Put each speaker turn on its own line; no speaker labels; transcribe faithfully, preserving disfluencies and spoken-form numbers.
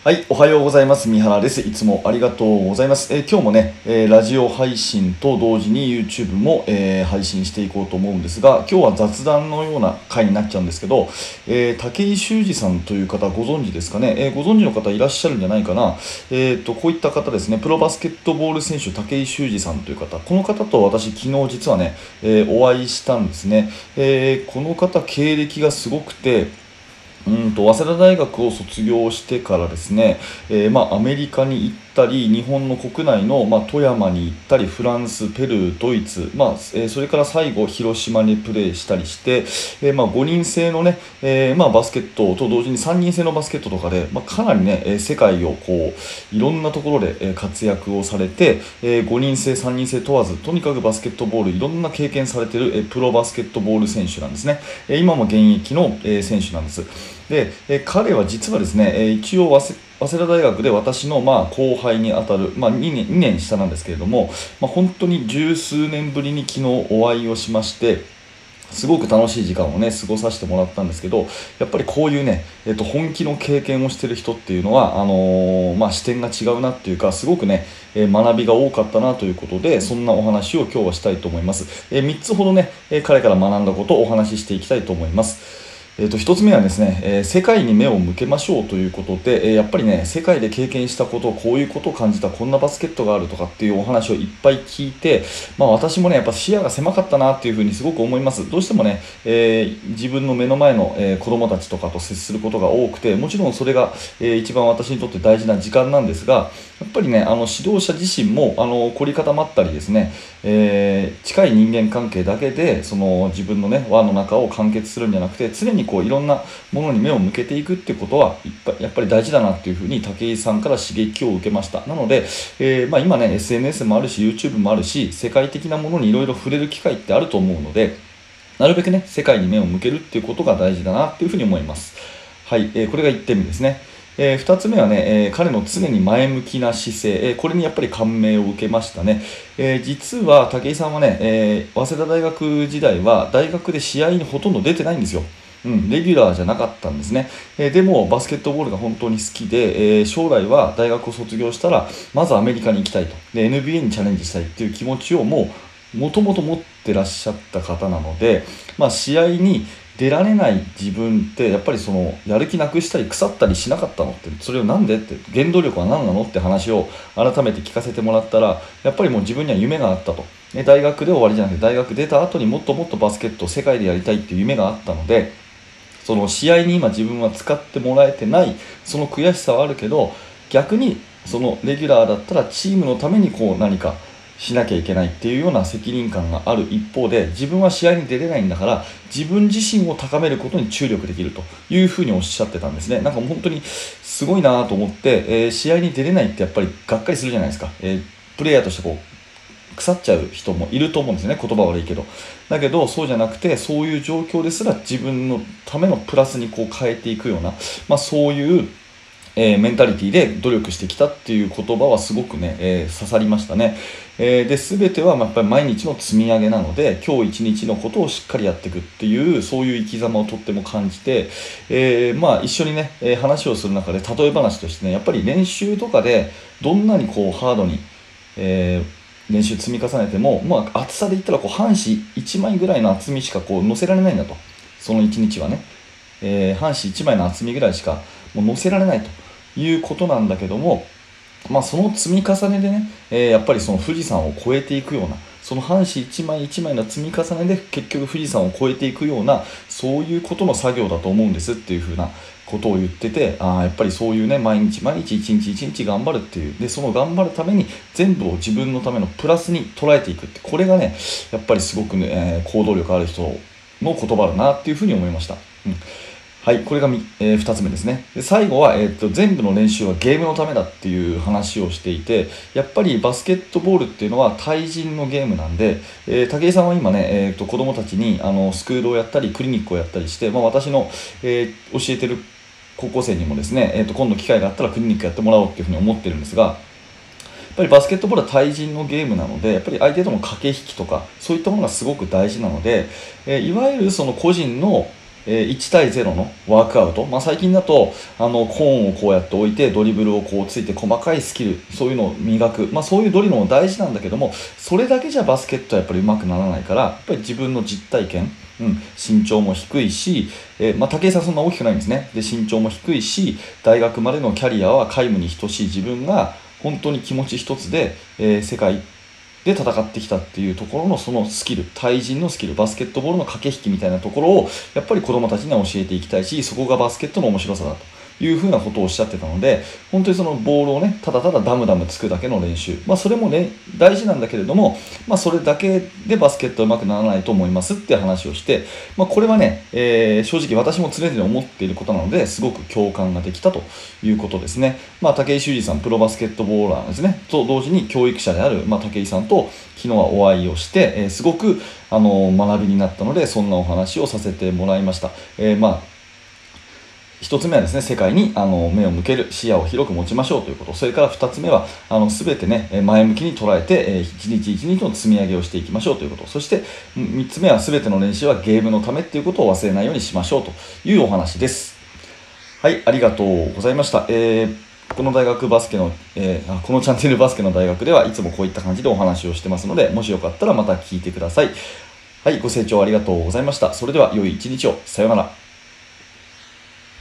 はい、おはようございます。三原です。いつもありがとうございます。えー今日もね、えーラジオ配信と同時に YouTube も、えー配信していこうと思うんですが、今日は雑談のような回になっちゃうんですけど、えー武井修二さんという方ご存知ですかね。えーご存知の方いらっしゃるんじゃないかな。えーと、こういった方ですね、プロバスケットボール選手武井修二さんという方、この方と私昨日実はね、えーお会いしたんですね。えーこの方経歴がすごくて、うんと早稲田大学を卒業してからですね、えーまあ、アメリカに行ったり、日本の国内の、まあ、富山に行ったり、フランス、ペルー、ドイツ、まあえーそれから最後、広島にプレーしたりして、えーまあ、ごにん制のね、えーまあ、バスケットと同時にさんにん制のバスケットとかで、まあ、かなりね、えー世界をこういろんなところでえー活躍をされて、えーごにん制、さんにん制問わず、とにかくバスケットボール、いろんな経験されている、えープロバスケットボール選手なんですね。えー今も現役の、えー選手なんです。で、えー彼は実はですね、えー一応早稲早稲田大学で私のまあ後輩にあたる、まあ、にねん、にねん下なんですけれども、まあ、本当に十数年ぶりに昨日お会いをしまして、すごく楽しい時間をね、過ごさせてもらったんですけど、やっぱりこういうね、えっと、本気の経験をしてる人っていうのは、あのーまあ、視点が違うなっていうか、すごくね、えー学びが多かったなということで、そんなお話を今日はしたいと思います。えー、みっつほどね、えー彼から学んだことをお話ししていきたいと思います。えー、とひとつめはですね、えー世界に目を向けましょうということで、えーやっぱりね、世界で経験したこと、こういうことを感じた、こんなバスケットがあるとかっていうお話をいっぱい聞いて、まあ、私もね、やっぱ視野が狭かったなっていうふうにすごく思います。どうしてもね、えー自分の目の前の、えー子供たちとかと接することが多くて、もちろんそれが、えー一番私にとって大事な時間なんですが、やっぱりね、あの指導者自身もあの凝り固まったりですね、えー近い人間関係だけでその自分のね輪の中を完結するんじゃなくて、常にこういろんなものに目を向けていくってことはいっぱいやっぱり大事だなっていうふうに武井さんから刺激を受けました。なので、えーまあ、今ね エスエヌエス もあるし YouTube もあるし、世界的なものにいろいろ触れる機会ってあると思うので、なるべくね世界に目を向けるっていうことが大事だなっていうふうに思います。はい、えーこれがいってんめですね。えー、ふたつめはね、えー彼の常に前向きな姿勢、えーこれにやっぱり感銘を受けましたね。えー実は武井さんはね、えー早稲田大学時代は大学で試合にほとんど出てないんですよ。うん、レギュラーじゃなかったんですね。えーでもバスケットボールが本当に好きで、えー将来は大学を卒業したらまずアメリカに行きたいと、で エヌビーエー にチャレンジしたいっていう気持ちをもうもともと持ってらっしゃった方なので、まあ、試合に出られない自分ってやっぱりそのやる気なくしたり腐ったりしなかったのって、それをなんでって原動力は何なのって話を改めて聞かせてもらったら、やっぱりもう自分には夢があったと、ね、大学で終わりじゃなくて大学出た後にもっともっとバスケットを世界でやりたいっていう夢があったので、その試合に今自分は使ってもらえてない、その悔しさはあるけど、逆にそのレギュラーだったらチームのためにこう何かしなきゃいけないっていうような責任感がある一方で、自分は試合に出れないんだから自分自身を高めることに注力できるというふうにおっしゃってたんですね。なんかもう本当にすごいなと思って、えー試合に出れないってやっぱりがっかりするじゃないですか。えープレイヤーとしてこう腐っちゃう人もいると思うんですよね、言葉悪いけど。だけどそうじゃなくて、そういう状況ですら自分のためのプラスにこう変えていくような、まあ、そういうえーメンタリティで努力してきたっていう言葉はすごくね、えー刺さりましたね。えーで、全てはまあやっぱり毎日の積み上げなので、今日一日のことをしっかりやっていくっていう、そういう生き様をとっても感じて、えーまあ一緒にね、えー話をする中で例え話としてね、やっぱり練習とかでどんなにこうハードに、えー練習積み重ねても、まあ、厚さで言ったらこう半紙いちまいぐらいの厚みしかこう乗せられないんだと、そのいちにちはね、えー半紙いちまいの厚みぐらいしかもう乗せられないということなんだけども、まあ、その積み重ねでね、えーやっぱりその富士山を越えていくような、その半紙一枚一枚の積み重ねで結局富士山を越えていくような、そういうことの作業だと思うんですっていう風なことを言ってて、ああやっぱりそういうね、毎日毎日一日一日頑張るっていう、でその頑張るために全部を自分のためのプラスに捉えていくって、これがねやっぱりすごくね、えー行動力ある人の言葉だなっていうふうに思いました。うん。はい、これがみ、えふたつめですね。で最後は、えーと、全部の練習はゲームのためだっていう話をしていて、やっぱりバスケットボールっていうのは対人のゲームなんで、えー武井さんは今ね、えーと、子供たちにあのスクールをやったり、クリニックをやったりして、まあ、私の、えー教えてる高校生にもですね、えーと、今度機会があったらクリニックやってもらおうっていうふうに思ってるんですが、やっぱりバスケットボールは対人のゲームなので、やっぱり相手との駆け引きとか、そういったものがすごく大事なので、えーいわゆるその個人のえーいち対ゼロのワークアウト、まあ、最近だとあのコーンをこうやって置いてドリブルをこうついて細かいスキル、そういうのを磨く、まあ、そういうドリルも大事なんだけども、それだけじゃバスケットはやっぱり上手くならないから、やっぱり自分の実体験、うん、身長も低いし、えーまあ、武井さんそんな大きくないんですね。で身長も低いし、大学までのキャリアは皆無に等しい自分が本当に気持ち一つで、えー世界で戦ってきたっていうところのそのスキル、対人のスキル、バスケットボールの駆け引きみたいなところをやっぱり子どもたちには教えていきたいし、そこがバスケットの面白さだというふうなことをおっしゃってたので、本当にそのボールをね、ただただダムダムつくだけの練習、まあ、それもね大事なんだけれども、まあ、それだけでバスケットは上手くならないと思いますって話をして、まあ、これはね、えー正直私も常々思っていることなのですごく共感ができたということですね。まあ、武井修二さん、プロバスケットボーラーですね、と同時に教育者である、まあ、武井さんと昨日はお会いをして、えーすごくあの学びになったので、そんなお話をさせてもらいました。えーまあ一つ目はですね、世界にあの目を向ける、視野を広く持ちましょうということ。それから二つ目は、あの全てね、前向きに捉えて、えー一日一日の積み上げをしていきましょうということ。そして三つ目は、全ての練習はゲームのためっていうことを忘れないようにしましょうというお話です。はい、ありがとうございました。えーこの大学バスケの、えーあこのチャンネルバスケの大学ではいつもこういった感じでお話をしてますので、もしよかったらまた聞いてください。はい、ご清聴ありがとうございました。それでは良い一日を。さようなら。